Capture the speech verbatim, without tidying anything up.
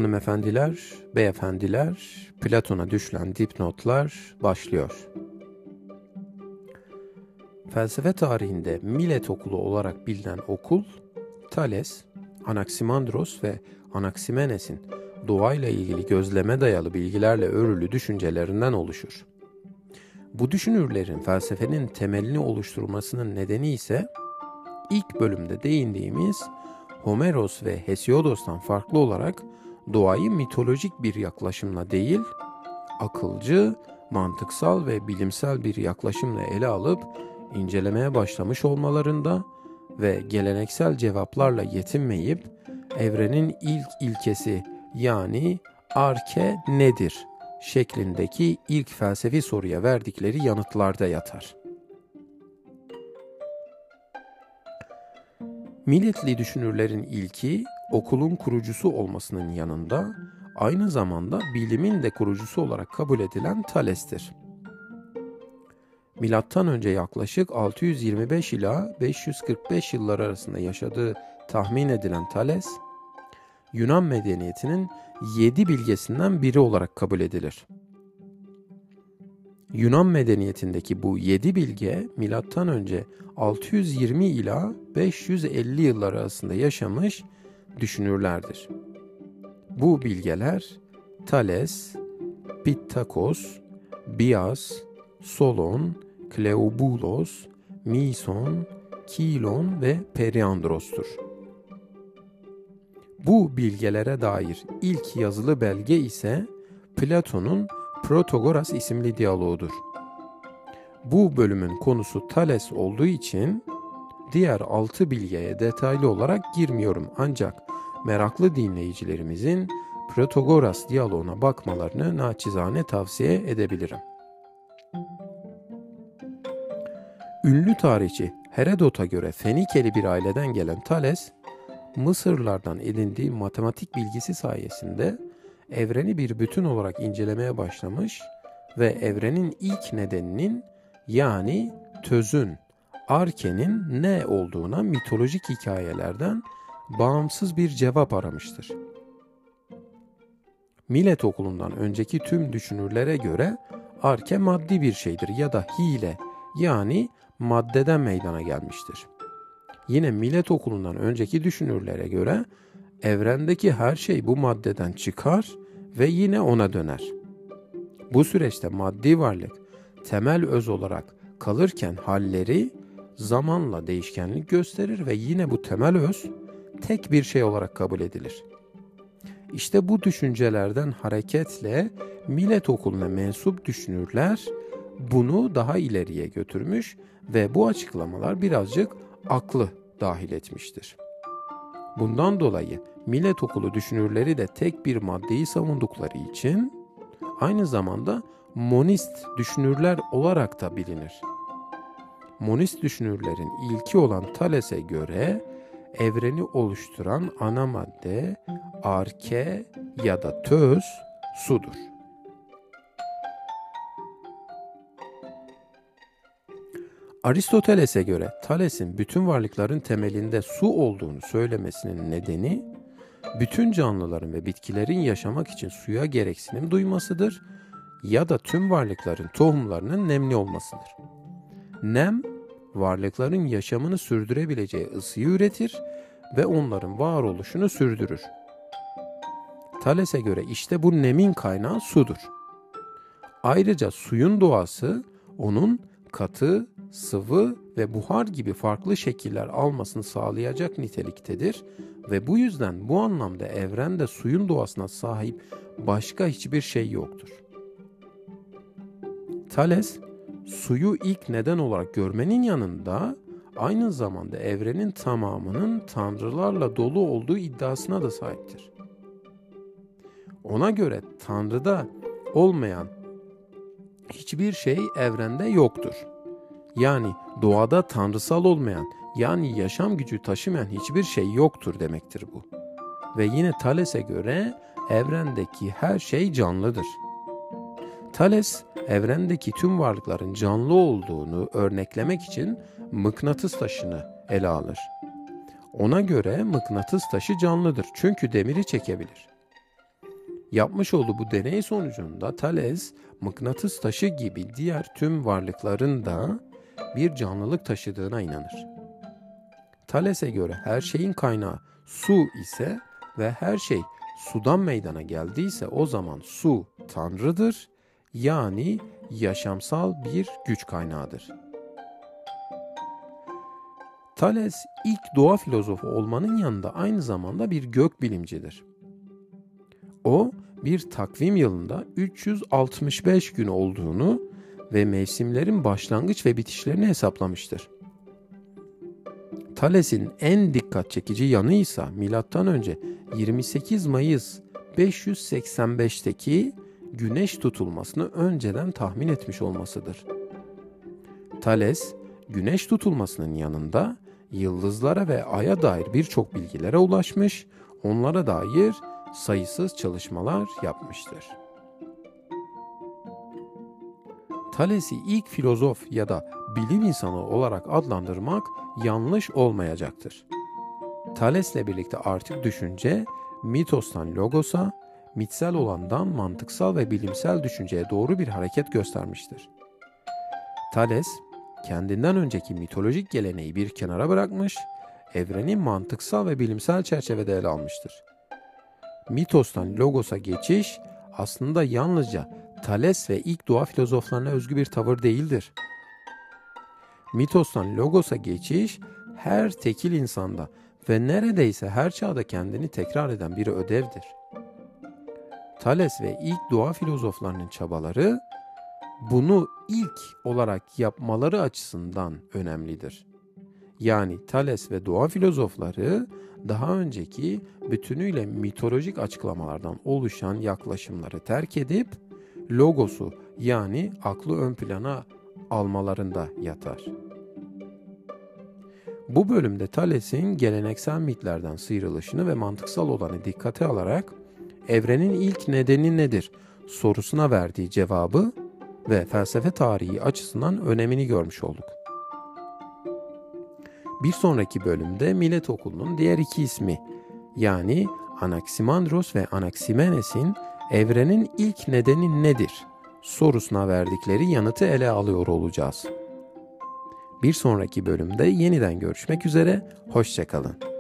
Hanımefendiler, beyefendiler, Platon'a düşen dipnotlar başlıyor. Felsefe tarihinde Milet okulu olarak bilinen okul, Thales, Anaximandros ve Anaximenes'in doğayla ilgili gözleme dayalı bilgilerle örülü düşüncelerinden oluşur. Bu düşünürlerin felsefenin temelini oluşturmasının nedeni ise ilk bölümde değindiğimiz Homeros ve Hesiodos'tan farklı olarak doğayı mitolojik bir yaklaşımla değil, akılcı, mantıksal ve bilimsel bir yaklaşımla ele alıp incelemeye başlamış olmalarında ve geleneksel cevaplarla yetinmeyip evrenin ilk ilkesi yani arke nedir şeklindeki ilk felsefi soruya verdikleri yanıtlarda yatar. Milletli düşünürlerin ilki okulun kurucusu olmasının yanında aynı zamanda bilimin de kurucusu olarak kabul edilen Thales'tir. Milattan önce yaklaşık altı yüz yirmi beş ila beş yüz kırk beş yıllar arasında yaşadığı tahmin edilen Thales, Yunan medeniyetinin yedi bilgesinden biri olarak kabul edilir. Yunan medeniyetindeki bu yedi bilge milattan önce altı yüz yirmi ila beş yüz elli yıllar arasında yaşamış düşünürlerdir. Bu bilgeler Thales, Pittakos, Bias, Solon, Kleobulos, Mison, Kilon ve Periandros'tur. Bu bilgelere dair ilk yazılı belge ise Platon'un Protagoras isimli diyaloğudur. Bu bölümün konusu Thales olduğu için diğer altı bilgeye detaylı olarak girmiyorum, ancak meraklı dinleyicilerimizin Protagoras diyaloğuna bakmalarını naçizane tavsiye edebilirim. Ünlü tarihçi Herodot'a göre Fenikeli bir aileden gelen Thales, Mısırlardan edindiği matematik bilgisi sayesinde evreni bir bütün olarak incelemeye başlamış ve evrenin ilk nedeninin yani tözün, arkenin ne olduğuna mitolojik hikayelerden bağımsız bir cevap aramıştır. Millet okulundan önceki tüm düşünürlere göre arke maddi bir şeydir ya da hile yani maddeden meydana gelmiştir. Yine Millet okulundan önceki düşünürlere göre evrendeki her şey bu maddeden çıkar ve yine ona döner. Bu süreçte maddi varlık temel öz olarak kalırken halleri zamanla değişkenlik gösterir ve yine bu temel öz tek bir şey olarak kabul edilir. İşte bu düşüncelerden hareketle Millet okuluna mensup düşünürler bunu daha ileriye götürmüş ve bu açıklamalar birazcık aklı dahil etmiştir. Bundan dolayı Millet okulu düşünürleri de tek bir maddeyi savundukları için aynı zamanda monist düşünürler olarak da bilinir. Monist düşünürlerin ilki olan Thales'e göre evreni oluşturan ana madde arke ya da töz sudur. Aristoteles'e göre Thales'in bütün varlıkların temelinde su olduğunu söylemesinin nedeni, bütün canlıların ve bitkilerin yaşamak için suya gereksinim duymasıdır ya da tüm varlıkların tohumlarının nemli olmasıdır. Nem, varlıkların yaşamını sürdürebileceği ısıyı üretir ve onların varoluşunu sürdürür. Thales'e göre işte bu nemin kaynağı sudur. Ayrıca suyun doğası onun katı, sıvı ve buhar gibi farklı şekiller almasını sağlayacak niteliktedir ve bu yüzden bu anlamda evrende suyun doğasına sahip başka hiçbir şey yoktur. Thales, suyu ilk neden olarak görmenin yanında aynı zamanda evrenin tamamının tanrılarla dolu olduğu iddiasına da sahiptir. Ona göre Tanrı'da olmayan hiçbir şey evrende yoktur. Yani doğada tanrısal olmayan, yani yaşam gücü taşımayan hiçbir şey yoktur demektir bu. Ve yine Thales'e göre evrendeki her şey canlıdır. Thales, evrendeki tüm varlıkların canlı olduğunu örneklemek için mıknatıs taşını ele alır. Ona göre mıknatıs taşı canlıdır çünkü demiri çekebilir. Yapmış olduğu bu deney sonucunda Thales, mıknatıs taşı gibi diğer tüm varlıkların da bir canlılık taşıdığına inanır. Thales'e göre her şeyin kaynağı su ise ve her şey sudan meydana geldiyse o zaman su Tanrı'dır, yani yaşamsal bir güç kaynağıdır. Thales ilk doğa filozofu olmanın yanında aynı zamanda bir gökbilimcidir. O bir takvim yılında üç yüz altmış beş gün olduğunu ve mevsimlerin başlangıç ve bitişlerini hesaplamıştır. Thales'in en dikkat çekici yanı ise milattan önce yirmi sekiz Mayıs beş yüz seksen beş'teki güneş tutulmasını önceden tahmin etmiş olmasıdır. Thales, güneş tutulmasının yanında yıldızlara ve aya dair birçok bilgilere ulaşmış, onlara dair sayısız çalışmalar yapmıştır. Thales'i ilk filozof ya da bilim insanı olarak adlandırmak yanlış olmayacaktır. Thales'le birlikte artık düşünce, mitostan logosa, mitsel olandan mantıksal ve bilimsel düşünceye doğru bir hareket göstermiştir. Thales, kendinden önceki mitolojik geleneği bir kenara bırakmış, evreni mantıksal ve bilimsel çerçevede ele almıştır. Mitostan logosa geçiş aslında yalnızca Thales ve ilk doğa filozoflarına özgü bir tavır değildir. Mitostan logosa geçiş her tekil insanda ve neredeyse her çağda kendini tekrar eden bir ödevdir. Thales ve ilk doğa filozoflarının çabaları bunu ilk olarak yapmaları açısından önemlidir. Yani Thales ve doğa filozofları daha önceki bütünüyle mitolojik açıklamalardan oluşan yaklaşımları terk edip logosu yani aklı ön plana almalarında yatar. Bu bölümde Thales'in geleneksel mitlerden sıyrılışını ve mantıksal olanı dikkate alarak evrenin ilk nedeni nedir sorusuna verdiği cevabı ve felsefe tarihi açısından önemini görmüş olduk. Bir sonraki bölümde Millet Okulu'nun diğer iki ismi yani Anaximandros ve Anaximenes'in evrenin ilk nedeni nedir sorusuna verdikleri yanıtı ele alıyor olacağız. Bir sonraki bölümde yeniden görüşmek üzere, hoşça kalın.